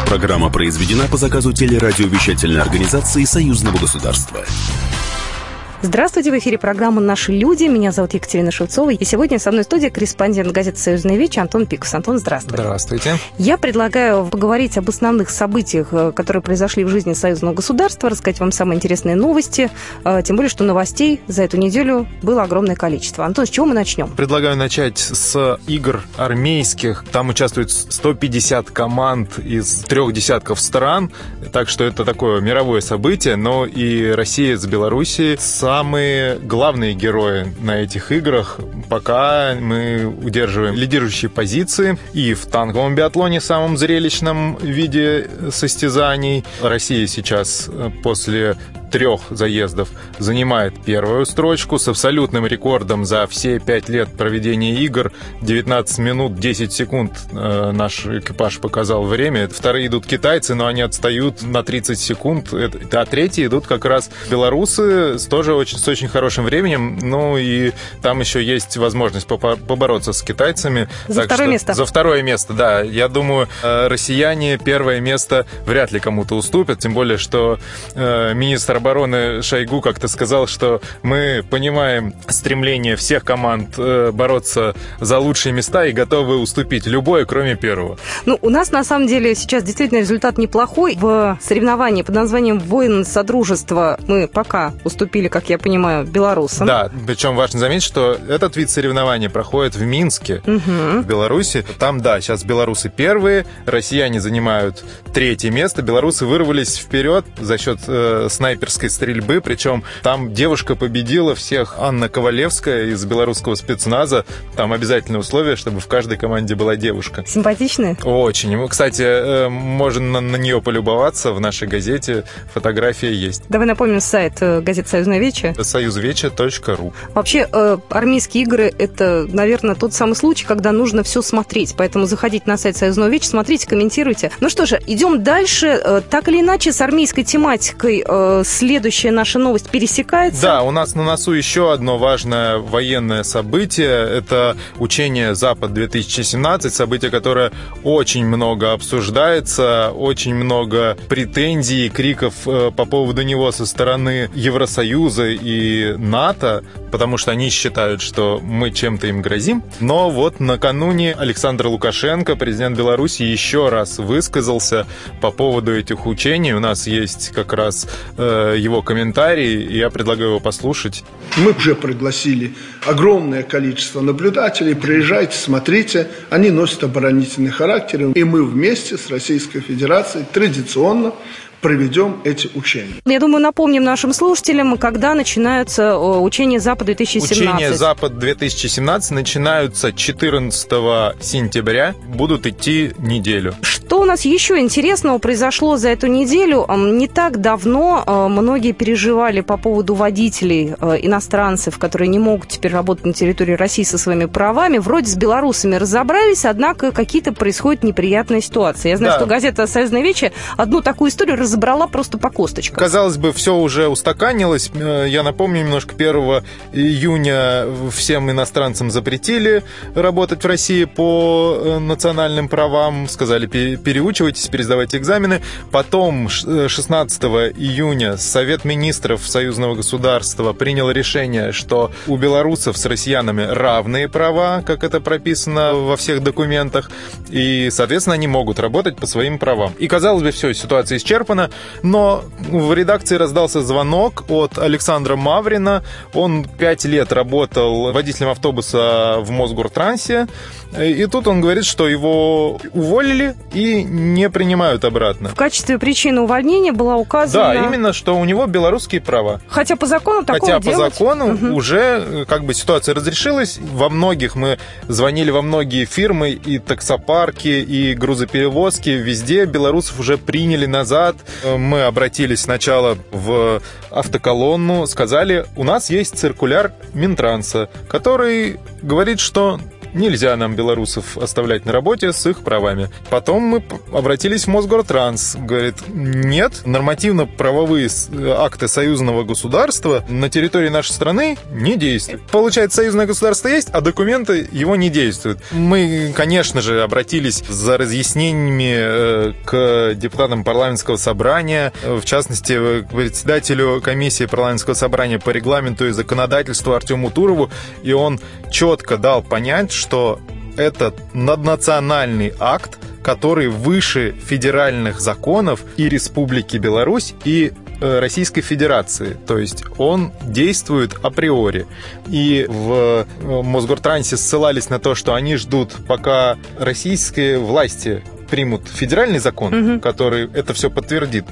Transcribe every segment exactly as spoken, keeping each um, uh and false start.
Программа произведена по заказу телерадиовещательной организации Союзного государства. Здравствуйте, в эфире программа «Наши люди». Меня зовут Екатерина Шевцова. И сегодня со мной в студии корреспондент газеты «Союзная Вечь» Антон Пикус. Антон, здравствуйте. Здравствуйте. Я предлагаю поговорить об основных событиях, которые произошли в жизни союзного государства, рассказать вам самые интересные новости, тем более, что новостей за эту неделю было огромное количество. Антон, с чего мы начнем? Предлагаю начать с игр армейских. Там участвуют сто пятьдесят команд из трех десятков стран, так что это такое мировое событие, но и Россия с Белоруссией самые главные герои на этих играх. Пока мы удерживаем лидирующие позиции и в танковом биатлоне, самом зрелищном виде состязаний. Россия сейчас после трех заездов занимает первую строчку с абсолютным рекордом за все пять лет проведения игр. девятнадцать минут десять секунд э, наш экипаж показал время. Вторые идут китайцы, но они отстают на тридцать секунд. А третьи идут как раз белорусы с тоже очень, с очень хорошим временем. Ну и там еще есть возможность побороться с китайцами. За так второе что, место. За второе место, да. Я думаю, э, россияне первое место вряд ли кому-то уступят. Тем более, что э, министр обороны Шойгу как-то сказал, что мы понимаем стремление всех команд э, бороться за лучшие места и готовы уступить любое, кроме первого. Ну, у нас, на самом деле, сейчас действительно результат неплохой. В соревновании под названием «Воин Содружества» мы пока уступили, как я понимаю, белорусам. Да, причем важно заметить, что этот вид соревнований проходит в Минске, угу. в Беларуси. Там, да, сейчас белорусы первые, россияне занимают третье место. Белорусы вырвались вперед за счет э, снайперской стрельбы, причем там девушка победила всех. Анна Ковалевская из белорусского спецназа. Там обязательное условие, чтобы в каждой команде была девушка. Симпатичная? Очень. Кстати, можно на нее полюбоваться. В нашей газете фотография есть. Давай напомним сайт газеты «Союзная Вечь». союзвече точка ру. Вообще, армейские игры – это, наверное, тот самый случай, когда нужно все смотреть. Поэтому заходите на сайт «Союзная Вечь», смотрите, комментируйте. Ну что же, идем дальше. Так или иначе, с армейской тематикой следующая наша новость пересекается. Да, у нас на носу еще одно важное военное событие. Это учение «Запад-две тысячи семнадцать», событие, которое очень много обсуждается, очень много претензий, криков по поводу него со стороны Евросоюза и НАТО, потому что они считают, что мы чем-то им грозим. Но вот накануне Александр Лукашенко, президент Беларуси, еще раз высказался по поводу этих учений. У нас есть как раз э, его комментарий, и я предлагаю его послушать. Мы уже пригласили огромное количество наблюдателей. Приезжайте, смотрите. Они носят оборонительный характер. И мы вместе с Российской Федерацией традиционно проведем эти учения. Я думаю, напомним нашим слушателям, когда начинаются учения «Запад-две тысячи семнадцать». Учения «Запад-две тысячи семнадцать» начинаются четырнадцатого сентября, будут идти неделю. Что у нас еще интересного произошло за эту неделю? Не так давно многие переживали по поводу водителей иностранцев, которые не могут теперь работать на территории России со своими правами. Вроде с белорусами разобрались, однако какие-то происходят неприятные ситуации. Я знаю, да. что газета «Союзная Вечь» одну такую историю разобрала просто по косточкам. Казалось бы, все уже устаканилось. Я напомню немножко, первого июня всем иностранцам запретили работать в России по национальным правам. Сказали, переучивайтесь, пересдавайте экзамены. Потом шестнадцатого июня Совет министров союзного государства принял решение, что у белорусов с россиянами равные права, как это прописано во всех документах, и, соответственно, они могут работать по своим правам. И, казалось бы, все, ситуация исчерпана. Но в редакции раздался звонок от Александра Маврина. Он пять лет работал водителем автобуса в Мосгортрансе. И тут он говорит, что его уволили и не принимают обратно. В качестве причины увольнения была указана... Да, именно, что у него белорусские права. Хотя по закону такого Хотя делать... по закону угу. уже как бы ситуация разрешилась. Во многих мы звонили во многие фирмы, и таксопарки, и грузоперевозки. Везде белорусов уже приняли назад. Мы обратились сначала в автоколонну, сказали, у нас есть циркуляр Минтранса, который говорит, что нельзя нам белорусов оставлять на работе с их правами. Потом мы обратились в Мосгортранс. Говорит, нет, нормативно-правовые акты союзного государства на территории нашей страны не действуют. Получается, союзное государство есть, а документы его не действуют. Мы, конечно же, обратились за разъяснениями к депутатам парламентского собрания, в частности, к председателю комиссии парламентского собрания по регламенту и законодательству Артему Турову, и он четко дал понять, что это наднациональный акт, который выше федеральных законов и Республики Беларусь, и Российской Федерации. То есть он действует априори. И в Мосгортрансе ссылались на то, что они ждут, пока российские власти примут федеральный закон, угу. который это все подтвердит.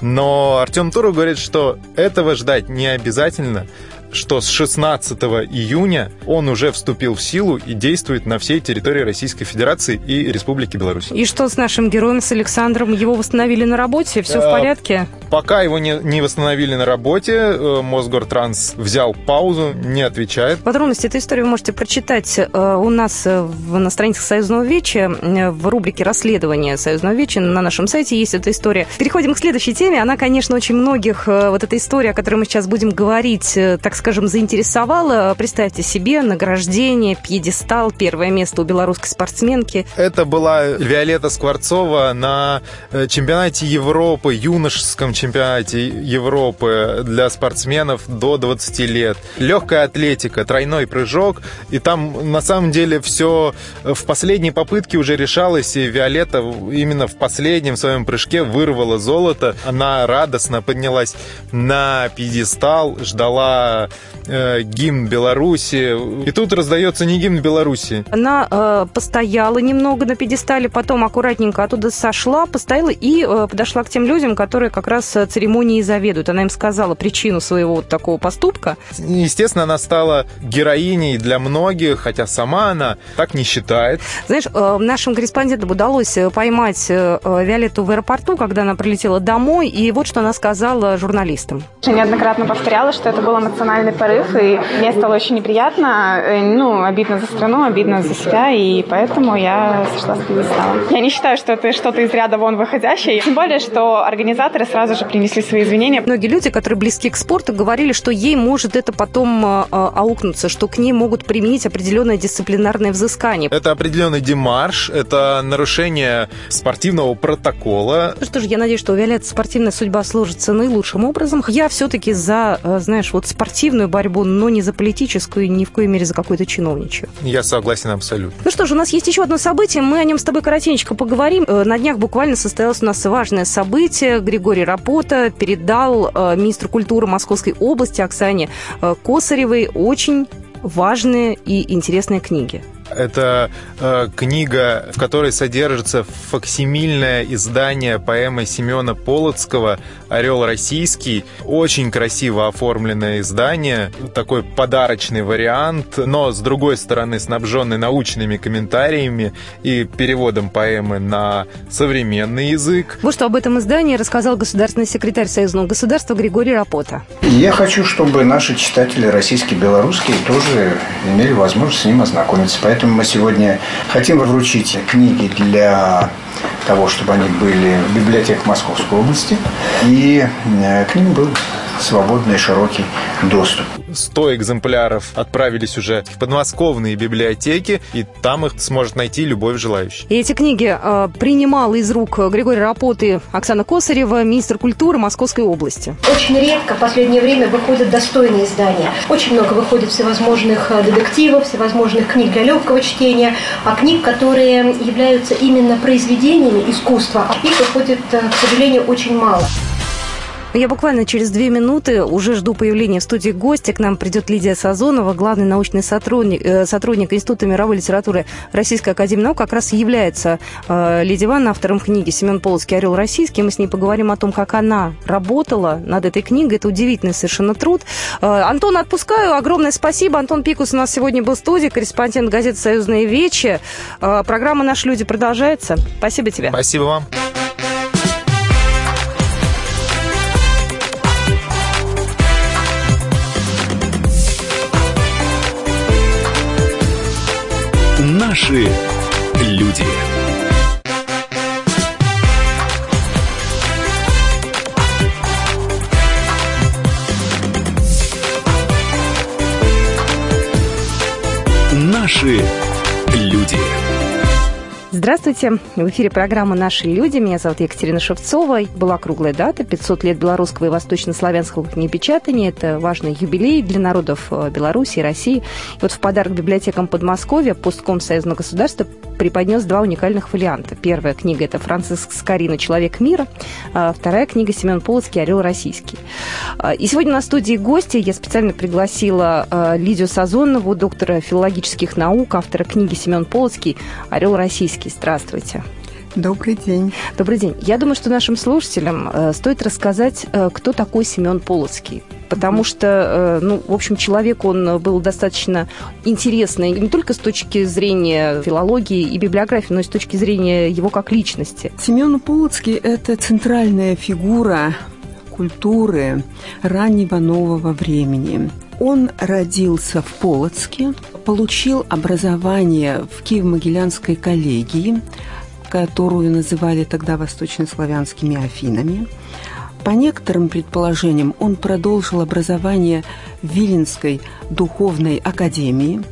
Но Артем Туров говорит, что этого ждать не обязательно, что с шестнадцатого июня он уже вступил в силу и действует на всей территории Российской Федерации и Республики Беларусь. И что с нашим героем, с Александром? Его восстановили на работе? Все в порядке? Пока его не, не восстановили на работе, Мосгортранс взял паузу, не отвечает. Подробности этой истории вы можете прочитать у нас на страницах Союзного Веча, в рубрике «Расследование Союзного Веча» на нашем сайте есть эта история. Переходим к следующей теме. Она, конечно, очень многих, вот эта история, о которой мы сейчас будем говорить, так скажем, заинтересовала. Представьте себе, награждение, пьедестал, первое место у белорусской спортсменки. Это была Виолетта Скворцова на чемпионате Европы, юношеском чемпионате Европы для спортсменов до двадцати лет. Легкая атлетика, тройной прыжок. И там, на самом деле, все в последней попытке уже решалось, и Виолетта именно в последнем своем прыжке вырвала золото. Она радостно поднялась на пьедестал, ждала э, гимн Беларуси. И тут раздается не гимн Беларуси. Она э, постояла немного на пьедестале, потом аккуратненько оттуда сошла, постояла и э, подошла к тем людям, которые как раз церемонией заведуют. Она им сказала причину своего вот такого поступка. Естественно, она стала героиней для многих, хотя сама она так не считает. Знаешь, э, нашим корреспондентам удалось поймать э, Виолетту в аэропорту, когда она прилетела домой, и вот что она сказала журналистам. Я неоднократно повторяла, что это был эмоциональный порыв, и мне стало очень неприятно, ну, обидно за страну, обидно за себя, и поэтому я сошла с пьедестала. Я не считаю, что это что-то из ряда вон выходящее, тем более, что организаторы сразу же принесли свои извинения. Многие люди, которые близки к спорту, говорили, что ей может это потом э, аукнуться, что к ней могут применить определенное дисциплинарное взыскание. Это определенный демарш, это нарушение спортивного протокола. Ну что ж, я надеюсь, что у Виолетты спортивная судьба сложится наилучшим образом. Я все-таки за, знаешь, вот спортивную борьбу, но не за политическую, ни в коей мере за какую-то чиновничью. Я согласен абсолютно. Ну что ж, у нас есть еще одно событие, мы о нем с тобой коротенько поговорим. На днях буквально состоялось у нас важное событие. Григорий Рапота передал министру культуры Московской области Оксане Косаревой очень важные и интересные книги. Это э, книга, в которой содержится факсимильное издание поэмы Семена Полоцкого «Орел российский». Очень красиво оформленное издание, такой подарочный вариант, но, с другой стороны, снабженный научными комментариями и переводом поэмы на современный язык. Вот что об этом издании рассказал государственный секретарь Союзного государства Григорий Рапота. Я хочу, чтобы наши читатели российские, белорусские тоже имели возможность с ним ознакомиться. Поэтому Поэтому мы сегодня хотим вручить книги для того, чтобы они были в библиотеках Московской области, и к ним был свободный и широкий доступ. сто экземпляров отправились уже в подмосковные библиотеки, и там их сможет найти любой желающий. И эти книги э, принимала из рук Григория Рапоты Оксана Косарева, министр культуры Московской области. Очень редко в последнее время выходят достойные издания. Очень много выходит всевозможных детективов, всевозможных книг для легкого чтения, а книг, которые являются именно произведениями искусства, их выходит, к сожалению, очень мало. Я буквально через две минуты уже жду появления в студии гостя. К нам придет Лидия Сазонова, главный научный сотрудник, э, сотрудник Института мировой литературы Российской академии наук. Как раз является э, Лидия Ивановна автором книги «Семен Полоцкий. Орел российский». Мы с ней поговорим о том, как она работала над этой книгой. Это удивительный совершенно труд. Э, Антон, отпускаю. Огромное спасибо. Антон Пикус у нас сегодня был в студии, корреспондент газеты «Союзное Вече». Э, программа «Наши люди» продолжается. Спасибо тебе. Спасибо вам. Наши люди. Наши люди. Здравствуйте. В эфире программа «Наши люди». Меня зовут Екатерина Шевцова. Была круглая дата – пятьсот лет белорусского и восточнославянского книгопечатания. Это важный юбилей для народов Беларуси и России. И вот в подарок библиотекам Подмосковья Постком Союзного государства преподнес два уникальных фолианта. Первая книга – это Франциск Скорина «Человек мира», а вторая книга Семен Полоцкий «Орел российский». И сегодня на студии гости я специально пригласила Лидию Сазонову, доктора филологических наук, автора книги Семен Полоцкий «Орел российский». Здравствуйте. Добрый день. Добрый день. Я думаю, что нашим слушателям э, стоит рассказать, э, кто такой Семен Полоцкий. Потому что, э, ну, в общем, человек, он был достаточно интересный не только с точки зрения филологии и библиографии, но и с точки зрения его как личности. Семен Полоцкий – это центральная фигура культуры раннего нового времени. Он родился в Полоцке, получил образование в Киево-Могилянской коллегии, которую называли тогда восточнославянскими Афинами. По некоторым предположениям, он продолжил образование в Виленской духовной академии,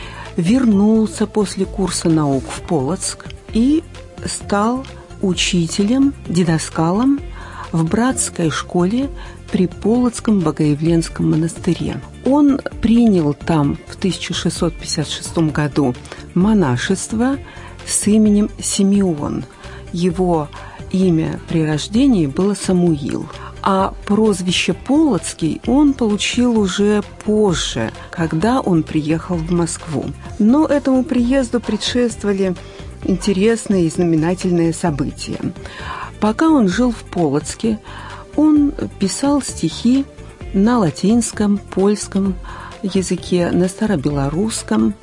вернулся после курса наук в Полоцк и стал учителем, дидασκалом в братской школе при Полоцком Богоявленском монастыре. Он принял там в тысяча шестьсот пятьдесят шестом году монашество с именем Симеон. Его имя при рождении было Самуил. А прозвище Полоцкий он получил уже позже, когда он приехал в Москву. Но этому приезду предшествовали интересные и знаменательные события. Пока он жил в Полоцке, он писал стихи на латинском, польском языке, на старобелорусском,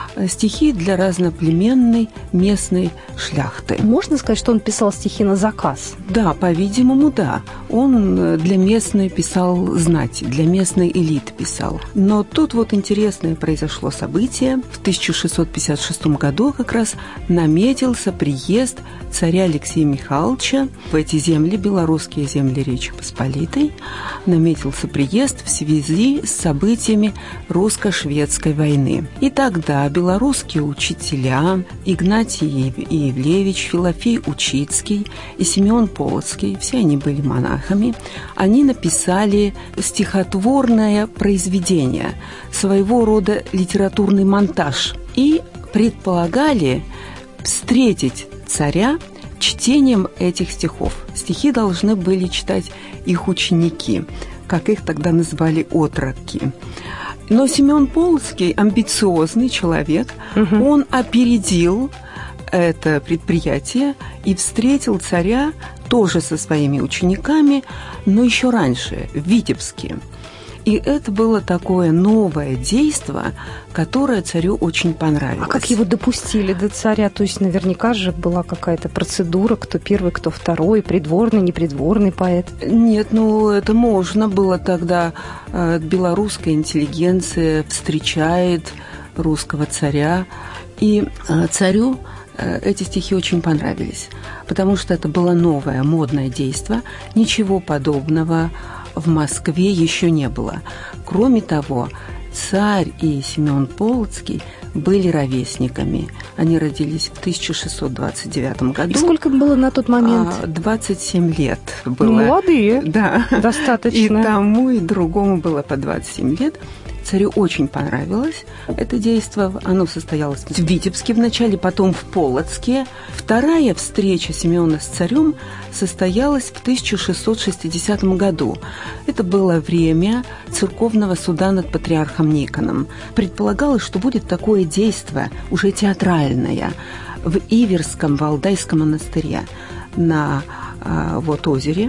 стихи для разноплеменной местной шляхты. Можно сказать, что он писал стихи на заказ? Да, по-видимому, да. Он для местной писал знати, для местной элиты писал. Но тут вот интересное произошло событие. В тысяча шестьсот пятьдесят шестом году как раз наметился приезд царя Алексея Михайловича в эти земли, белорусские земли Речи Посполитой. Наметился приезд в связи с событиями русско-шведской войны. И тогда белорусские учителя Игнатий Иевлевич, Филофей Учицкий и Семен Полоцкий, все они были монахами, они написали стихотворное произведение, своего рода литературный монтаж, и предполагали встретить царя чтением этих стихов. Стихи должны были читать их ученики, как их тогда называли отроки. Но Семен Полоцкий, амбициозный человек, угу. он опередил это предприятие и встретил царя тоже со своими учениками, но еще раньше, в Витебске. И это было такое новое действо, которое царю очень понравилось. А как его допустили до царя? То есть наверняка же была какая-то процедура, кто первый, кто второй, придворный, непридворный поэт. Нет, ну это можно было тогда. Белорусская интеллигенция встречает русского царя. И царю эти стихи очень понравились, потому что это было новое, модное действо. Ничего подобного в Москве еще не было. Кроме того, царь и Семен Полоцкий были ровесниками. Они родились в тысяча шестьсот двадцать девятом году. И сколько было на тот момент? двадцать семь лет было. Ну, молодые. Да. Достаточно. И тому, и другому было по двадцать семь лет. Царю очень понравилось это действо. Оно состоялось в Витебске вначале, потом в Полоцке. Вторая встреча Семена с царем состоялась в тысяча шестьсот шестидесятом году. Это было время церковного суда над патриархом Никоном. Предполагалось, что будет такое действо, уже театральное, в Иверском Валдайском монастыре на вот озере,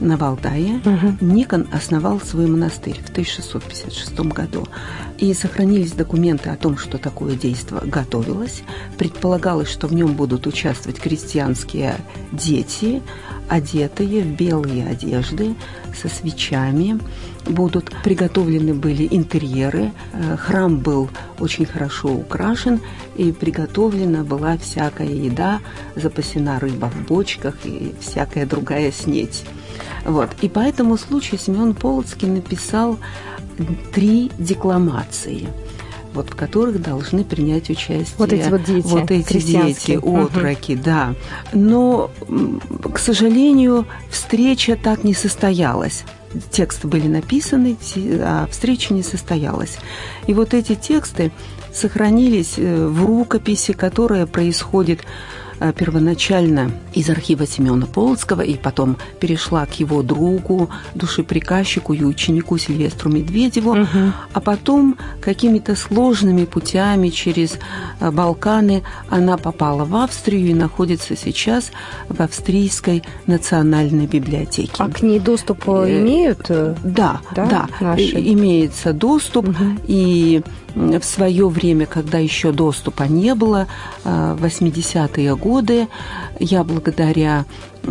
на Валдае, угу. Никон основал свой монастырь в тысяча шестьсот пятьдесят шестом году. И сохранились документы о том, что такое действо готовилось. Предполагалось, что в нем будут участвовать крестьянские дети, одетые в белые одежды, со свечами. Будут приготовлены были интерьеры. Храм был очень хорошо украшен, и приготовлена была всякая еда, запасена рыба в бочках и всякая другая снеть. Вот. И по этому случаю Симеон Полоцкий написал три декламации, вот, в которых должны принять участие вот эти вот дети, вот эти дети, отроки, угу. да. Но, к сожалению, встреча так не состоялась. Тексты были написаны, а встреча не состоялась. И вот эти тексты сохранились в рукописи, которая происходит первоначально из архива Симеона Полоцкого и потом перешла к его другу, душеприказчику и ученику Сильвестру Медведеву, угу. а потом какими-то сложными путями через Балканы она попала в Австрию и находится сейчас в Австрийской национальной библиотеке. А к ней доступ имеют? Да, да, да имеется доступ, угу. и в свое время, когда еще доступа не было, в восьмидесятые годы, я благодаря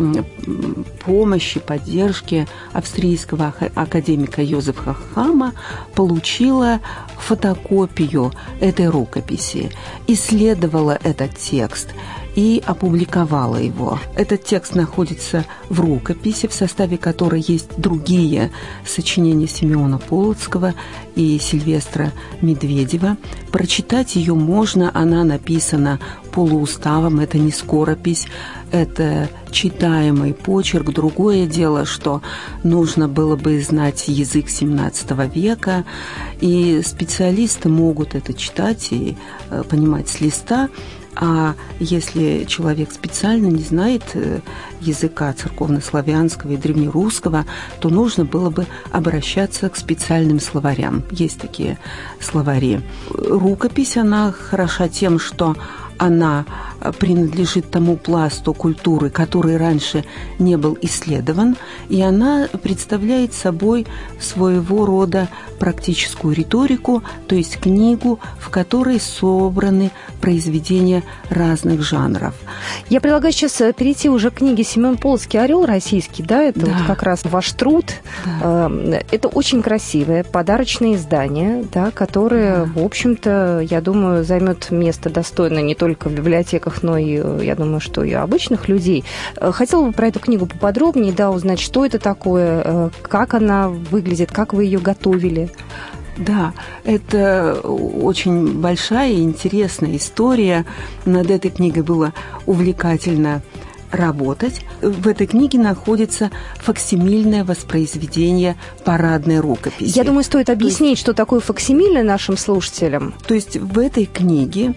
помощи, поддержке австрийского академика Йозефа Хама получила фотокопию этой рукописи, исследовала этот текст и опубликовала его. Этот текст находится в рукописи, в составе которой есть другие сочинения Симеона Полоцкого и Сильвестра Медведева. Прочитать ее можно, она написана полууставом, это не скоропись, это читаемый почерк. Другое дело, что нужно было бы знать язык семнадцатого века, и специалисты могут это читать и понимать с листа. А если человек специально не знает языка церковнославянского и древнерусского, то нужно было бы обращаться к специальным словарям. Есть такие словари. Рукопись, она хороша тем, что она принадлежит тому пласту культуры, который раньше не был исследован, и она представляет собой своего рода практическую риторику, то есть книгу, в которой собраны произведения разных жанров. Я предлагаю сейчас перейти уже к книге Симеон Полоцкий «Орел российский», да, это да. вот как раз ваш труд. Да. Это очень красивое подарочное издание, да, которое, да. в общем-то, я думаю, займет место достойное не только в библиотеках, но и, я думаю, что и обычных людей. Хотела бы про эту книгу поподробнее, да, узнать, что это такое, как она выглядит, как вы ее готовили. Да, это очень большая и интересная история. Над этой книгой было увлекательно работать. В этой книге находится факсимильное воспроизведение парадной рукописи. Я думаю, стоит объяснить, есть, что такое факсимильное нашим слушателям. То есть в этой книге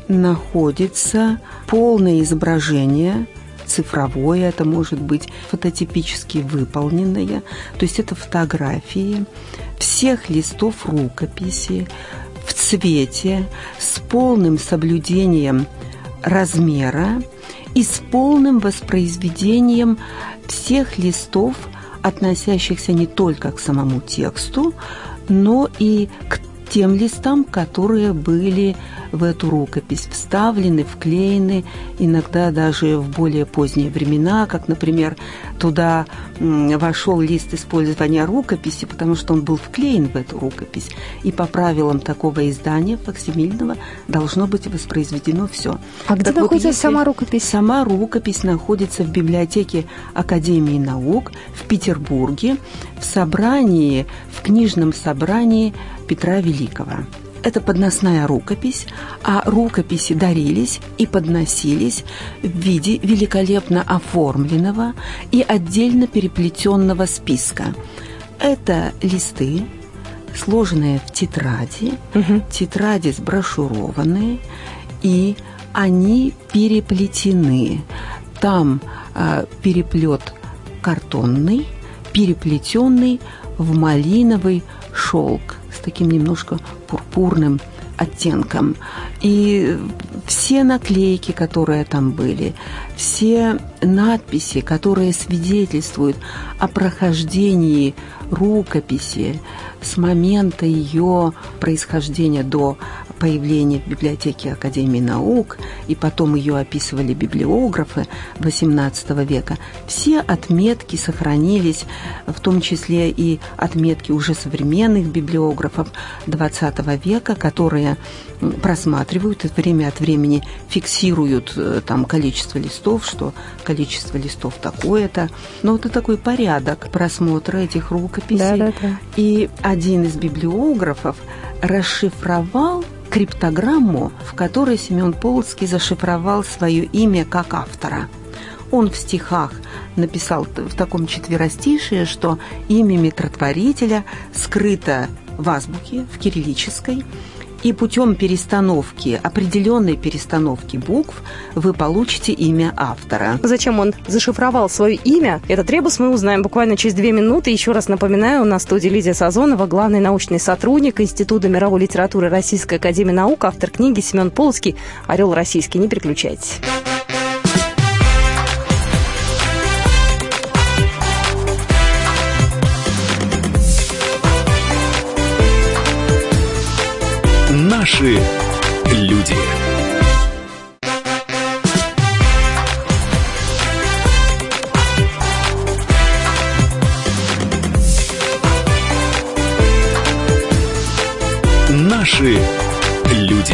находится полное изображение, цифровое, это может быть фототипически выполненное, то есть это фотографии всех листов рукописи в цвете, с полным соблюдением размера и с полным воспроизведением всех листов, относящихся не только к самому тексту, но и к тем листам, которые были в эту рукопись вставлены, вклеены, иногда даже в более поздние времена, как, например, туда вошел лист использования рукописи, потому что он был вклеен в эту рукопись, и по правилам такого издания факсимильного должно быть воспроизведено все. А где так находится вот, сама рукопись? Сама рукопись находится в библиотеке Академии наук в Петербурге, в собрании, в книжном собрании Петра Великого. Это подносная рукопись, а рукописи дарились и подносились в виде великолепно оформленного и отдельно переплетенного списка. Это листы, сложенные в тетради, угу. тетради сброшурованные, и они переплетены. Там э, переплет картонный, переплетенный в малиновый шелк с таким немножко пурпурным оттенком. И все наклейки, которые там были, все надписи, которые свидетельствуют о прохождении рукописи с момента ее происхождения до появления в библиотеке Академии наук, и потом ее описывали библиографы восемнадцатого века, все отметки сохранились, в том числе и отметки уже современных библиографов двадцатого века, которые просматривают и время от времени фиксируют там количество листов, что количество листов такое-то. Но это такой порядок просмотра этих рукописей. Да, да, да. И один из библиографов расшифровал криптограмму, в которой Семен Полоцкий зашифровал свое имя как автора. Он в стихах написал в таком четверостишие, что имя митротворителя скрыто в азбуке, в кириллической, и путем перестановки, определенной перестановки букв, вы получите имя автора. Зачем он зашифровал свое имя? Этот ребус мы узнаем буквально через две минуты. Еще раз напоминаю, на студии Лидия Сазонова, главный научный сотрудник Института мировой литературы Российской академии наук, автор книги Семен Полоцкий «Орел российский». Не переключайтесь. Наши люди. Наши люди.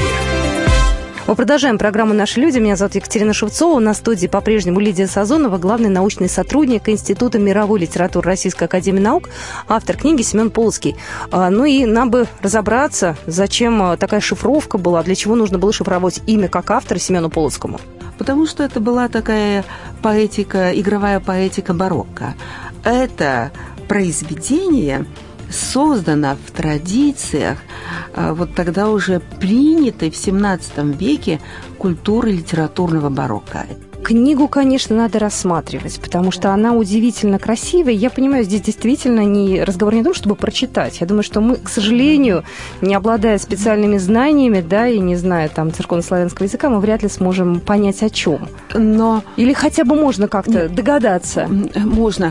Мы продолжаем программу «Наши люди». Меня зовут Екатерина Шевцова. На студии по-прежнему Лидия Сазонова, главный научный сотрудник Института мировой литературы Российской академии наук, автор книги Семен Полоцкий. Ну и нам бы разобраться, зачем такая шифровка была, для чего нужно было шифровать имя как автора Семену Полоцкому. Потому что это была такая поэтика, игровая поэтика барокко. Это произведение создана в традициях вот тогда уже принятой в семнадцатом веке культуры литературного барокко. Книгу, конечно, надо рассматривать, потому что она удивительно красивая. Я понимаю, здесь действительно не разговор не о том, чтобы прочитать. Я думаю, что мы, к сожалению, не обладая специальными знаниями, да, и не зная там церковнославянского языка, мы вряд ли сможем понять, о чем. Но... Или хотя бы можно как-то догадаться. Можно.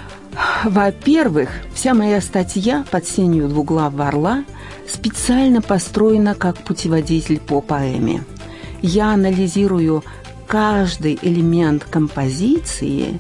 Во-первых, вся моя статья «Под сенью двуглавого орла» специально построена как путеводитель по поэме. Я анализирую каждый элемент композиции,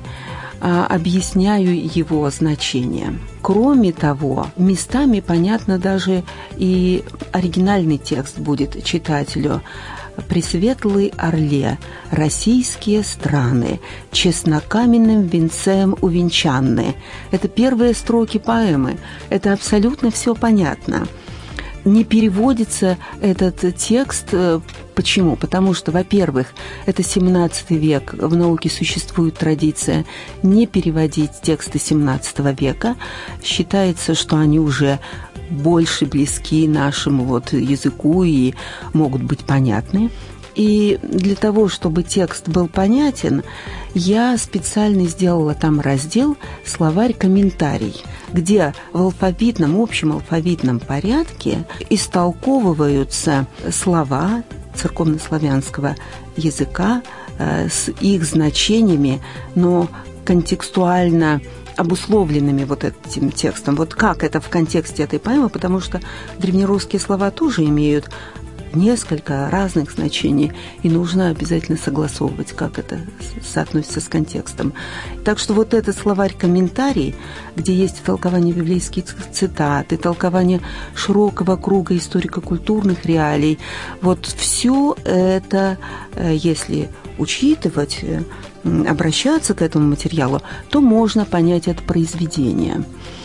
объясняю его значение. Кроме того, местами понятно даже и оригинальный текст будет читателю. «Пресветлый орле, российские страны, честнокаменным венцем увенчанны». Это первые строки поэмы. Это абсолютно все понятно. Не переводится этот текст. Почему? Потому что, во-первых, это семнадцатый век, в науке существует традиция не переводить тексты семнадцатого века. Считается, что они уже больше близки нашему вот языку и могут быть понятны. И для того, чтобы текст был понятен, я специально сделала там раздел «Словарь-комментарий», где в алфавитном, общем алфавитном порядке истолковываются слова церковнославянского языка э, с их значениями, но контекстуально обусловленными вот этим текстом. Вот как это в контексте этой поэмы, потому что древнерусские слова тоже имеют несколько разных значений, и нужно обязательно согласовывать, как это соотносится с контекстом. Так что вот этот словарь-комментарий, где есть толкование библейских цитат, и толкование широкого круга историко-культурных реалий, вот все это, если учитывать, обращаться к этому материалу, то можно понять это произведение.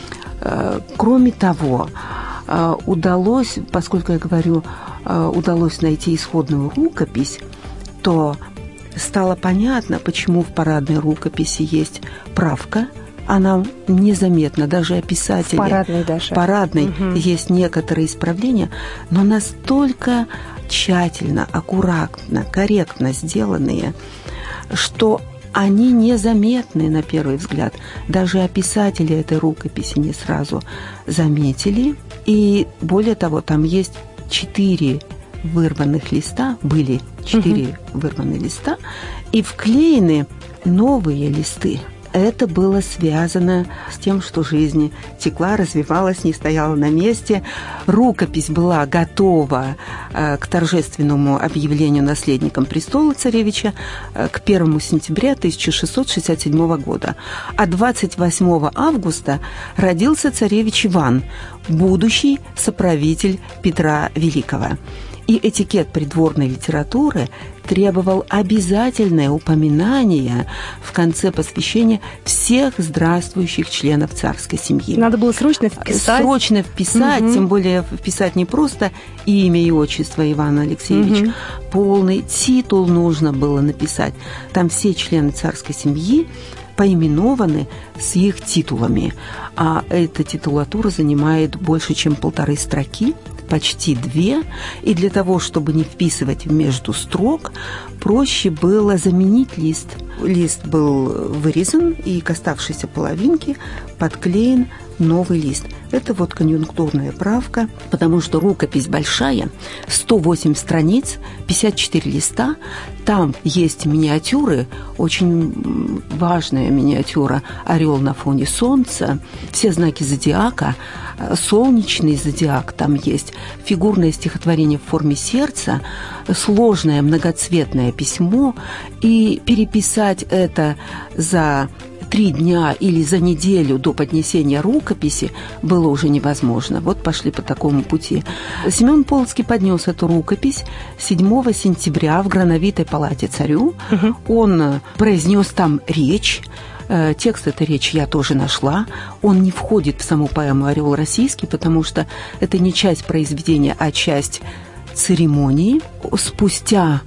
Кроме того, удалось, поскольку я говорю, удалось найти исходную рукопись, то стало понятно, почему в парадной рукописи есть правка. Она незаметна, даже описатели. Парадной даже. Парадной угу. есть некоторые исправления, но настолько тщательно, аккуратно, корректно сделанные, что они незаметны на первый взгляд. Даже описатели этой рукописи не сразу заметили. И более того, там есть четыре вырванных листа, были четыре угу. вырванных листа, и вклеены новые листы. Это было связано с тем, что жизнь текла, развивалась, не стояла на месте. Рукопись была готова к торжественному объявлению наследником престола царевича к первому сентября тысяча шестьсот шестьдесят седьмого года. А двадцать восьмого августа родился царевич Иван, будущий соправитель Петра Великого. И этикет придворной литературы требовал обязательное упоминание в конце посвящения всех здравствующих членов царской семьи. Надо было срочно вписать. Срочно вписать, угу. тем более вписать не просто имя и отчество Ивана Алексеевича, угу. полный титул нужно было написать. Там все члены царской семьи поименованы с их титулами. А эта титулатура занимает больше, чем полторы строки, почти две, и для того, чтобы не вписывать между строк, проще было заменить лист. Лист был вырезан, и к оставшейся половинке подклеен новый лист. Это вот конъюнктурная правка, потому что рукопись большая, сто восемь страниц, пятьдесят четыре листа. Там есть миниатюры, очень важная миниатюра «Орел на фоне солнца», все знаки зодиака, солнечный зодиак там есть, фигурное стихотворение в форме сердца, сложное многоцветное письмо, и переписать это за три дня или за неделю до поднесения рукописи было уже невозможно. Вот пошли по такому пути. Семен Полоцкий поднес эту рукопись седьмого сентября в Грановитой палате царю. Угу. Он произнес там речь. Текст этой речи я тоже нашла. Он не входит в саму поэму «Орел российский», потому что это не часть произведения, а часть церемонии. Спустя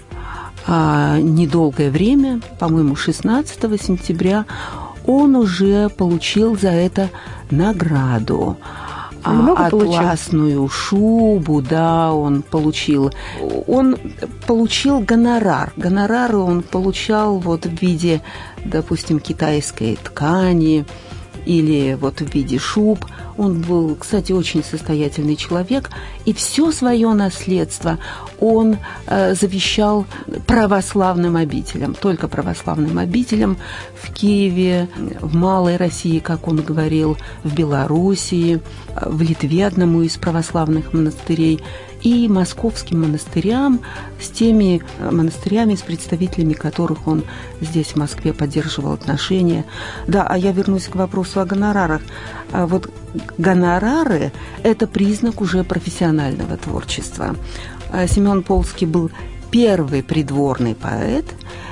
а, недолгое время, по-моему, шестнадцатого сентября, он уже получил за это награду. Много атласную получил? Шубу, да, он получил. Он получил гонорар. Гонорары он получал вот в виде, допустим, китайской ткани или вот в виде шуб. Он был, кстати, очень состоятельный человек, и все свое наследство он э, завещал православным обителям, только православным обителям в Киеве, в Малой России, как он говорил, в Белоруссии, в Литве одному из православных монастырей, и московским монастырям, с теми монастырями, с представителями которых он здесь, в Москве, поддерживал отношения. Да, а я вернусь к вопросу о гонорарах. А вот гонорары – это признак уже профессионального творчества. Семен Полоцкий был первый придворный поэт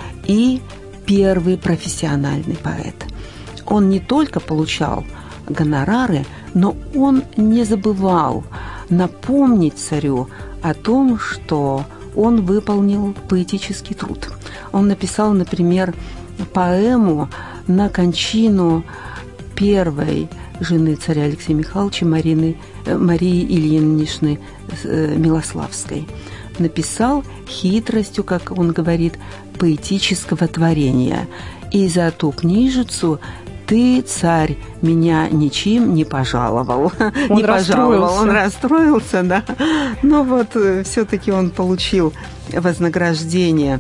и первый профессиональный поэт. Он не только получал гонорары, но он не забывал напомнить царю о том, что он выполнил поэтический труд. Он написал, например, поэму на кончину первой жены царя Алексея Михайловича Марины, Марии Ильиничны Милославской. Написал хитростью, как он говорит, поэтического творения. И за ту книжицу «Ты, царь, меня ничем не пожаловал». Он не пожаловал, расстроился. Он расстроился, да. Но вот все-таки он получил вознаграждение.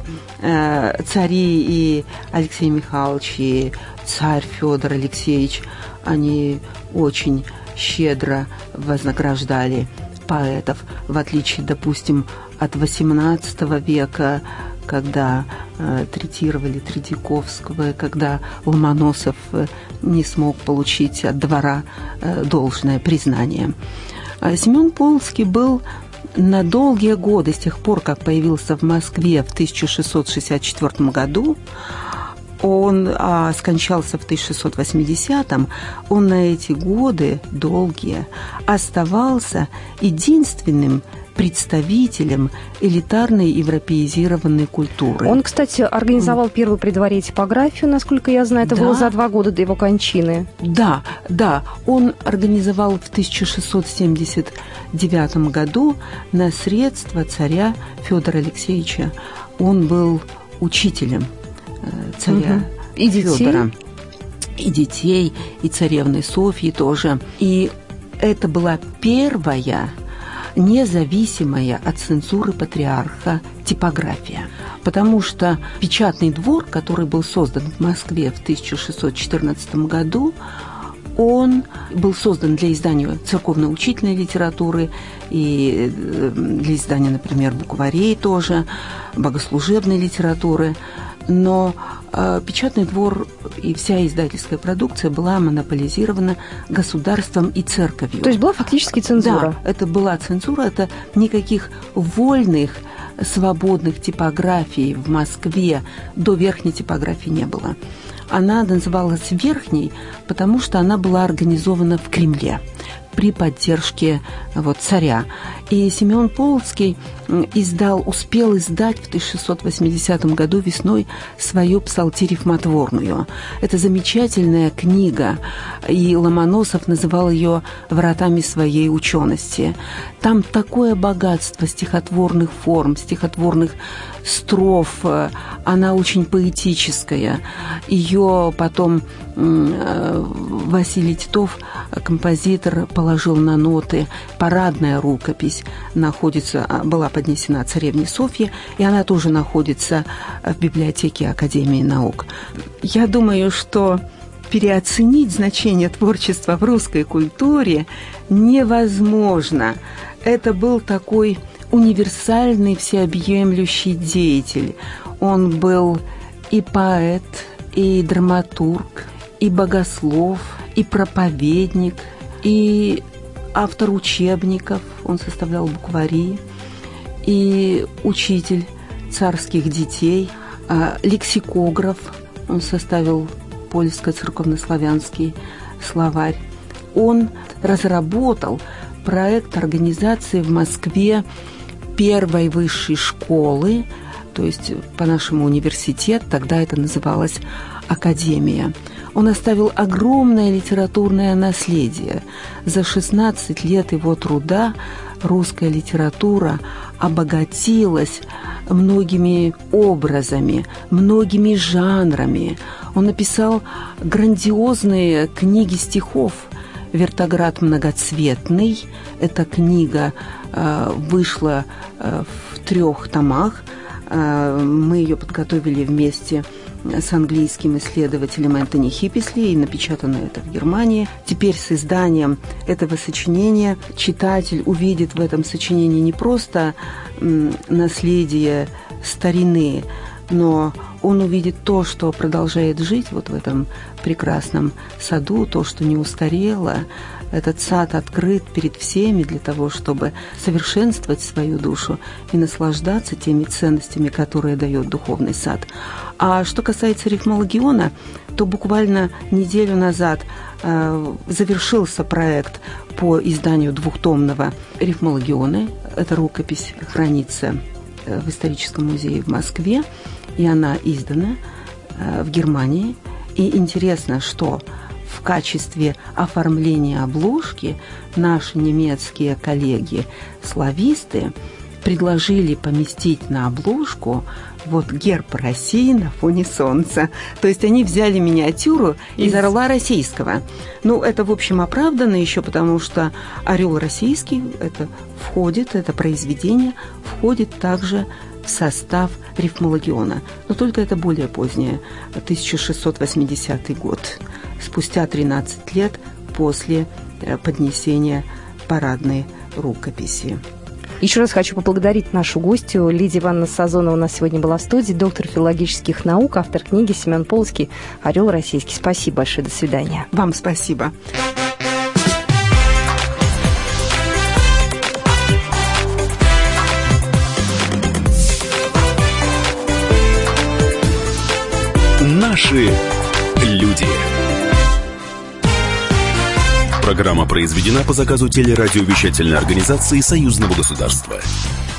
Цари и Алексей Михайлович, и царь Федор Алексеевич, они очень щедро вознаграждали поэтов, в отличие, допустим, от восемнадцатого века, когда э, третировали Тредяковского, когда Ломоносов э, не смог получить от двора э, должное признание. А Семен Полоцкий был на долгие годы, с тех пор, как появился в Москве в тысяча шестьсот шестьдесят четвёртом году, он а, скончался в тысяча шестьсот восьмидесятом, он на эти годы долгие оставался единственным представителем элитарной европеизированной культуры. Он, кстати, организовал первую при дворе типографию, насколько я знаю, это да. было за два года до его кончины. Да, да, он организовал в тысяча шестьсот семьдесят девятом году на средства царя Федора Алексеевича. Он был учителем царя угу. и Федора. И детей, и царевны Софьи тоже. И это была первая независимая от цензуры патриарха типография. Потому что печатный двор, который был создан в Москве в тысяча шестьсот четырнадцатом году, он был создан для издания церковно-учительной литературы и для издания, например, букварей тоже, богослужебной литературы. Но э, печатный двор и вся издательская продукция была монополизирована государством и церковью. То есть была фактически цензура? Да, это была цензура, это никаких вольных, свободных типографий в Москве до верхней типографии не было. Она называлась верхней, потому что она была организована в Кремле при поддержке вот, царя. И Симеон Полоцкий издал, успел издать в тысяча шестьсот восьмидесятом году весной свою псалтирь рифмотворную. Это замечательная книга, и Ломоносов называл ее «вратами своей учености». Там такое богатство стихотворных форм, стихотворных строф, она очень поэтическая. Ее потом Василий Титов, композитор, положил на ноты. Парадная рукопись находится, была поднесена царевне Софье, и она тоже находится в библиотеке Академии наук. Я думаю, что переоценить значение творчества в русской культуре невозможно. Это был такой универсальный, всеобъемлющий деятель. Он был и поэт, и драматург, и богослов, и проповедник, и автор учебников, он составлял буквари, и учитель царских детей, лексикограф, он составил польско-церковнославянский словарь. Он разработал проект организации в Москве первой высшей школы, то есть по-нашему университет, тогда это называлось академия. Он оставил огромное литературное наследие. За шестнадцать лет его труда русская литература обогатилась многими образами, многими жанрами. Он написал грандиозные книги стихов. «Вертоград многоцветный». Эта книга э, вышла э, в трех томах. Э, мы ее подготовили вместе с английским исследователем Энтони Хипписли, и напечатано это в Германии. Теперь с изданием этого сочинения читатель увидит в этом сочинении не просто м, наследие старины, но он увидит то, что продолжает жить вот в этом прекрасном саду, то, что не устарело. Этот сад открыт перед всеми для того, чтобы совершенствовать свою душу и наслаждаться теми ценностями, которые дает духовный сад. А что касается рифмологиона, то буквально неделю назад э, завершился проект по изданию двухтомного рифмологиона. Эта рукопись хранится в историческом музее в Москве, и она издана э, в Германии. И интересно, что в качестве оформления обложки наши немецкие коллеги-слависты предложили поместить на обложку вот герб России на фоне солнца. То есть они взяли миниатюру из орла российского. Ну, это, в общем, оправдано еще потому, что орел российский, это входит, это произведение входит также в состав рифмологиона. Но только это более позднее, тысяча шестьсот восьмидесятый год, спустя тринадцать лет после поднесения парадной рукописи. Еще раз хочу поблагодарить нашу гостью. Лидия Ивановна Сазонова у нас сегодня была в студии, доктор филологических наук, автор книги Семен Полоцкий «Орел российский». Спасибо большое, до свидания. Вам спасибо. Наши люди. Программа произведена по заказу телерадиовещательной организации Союзного государства.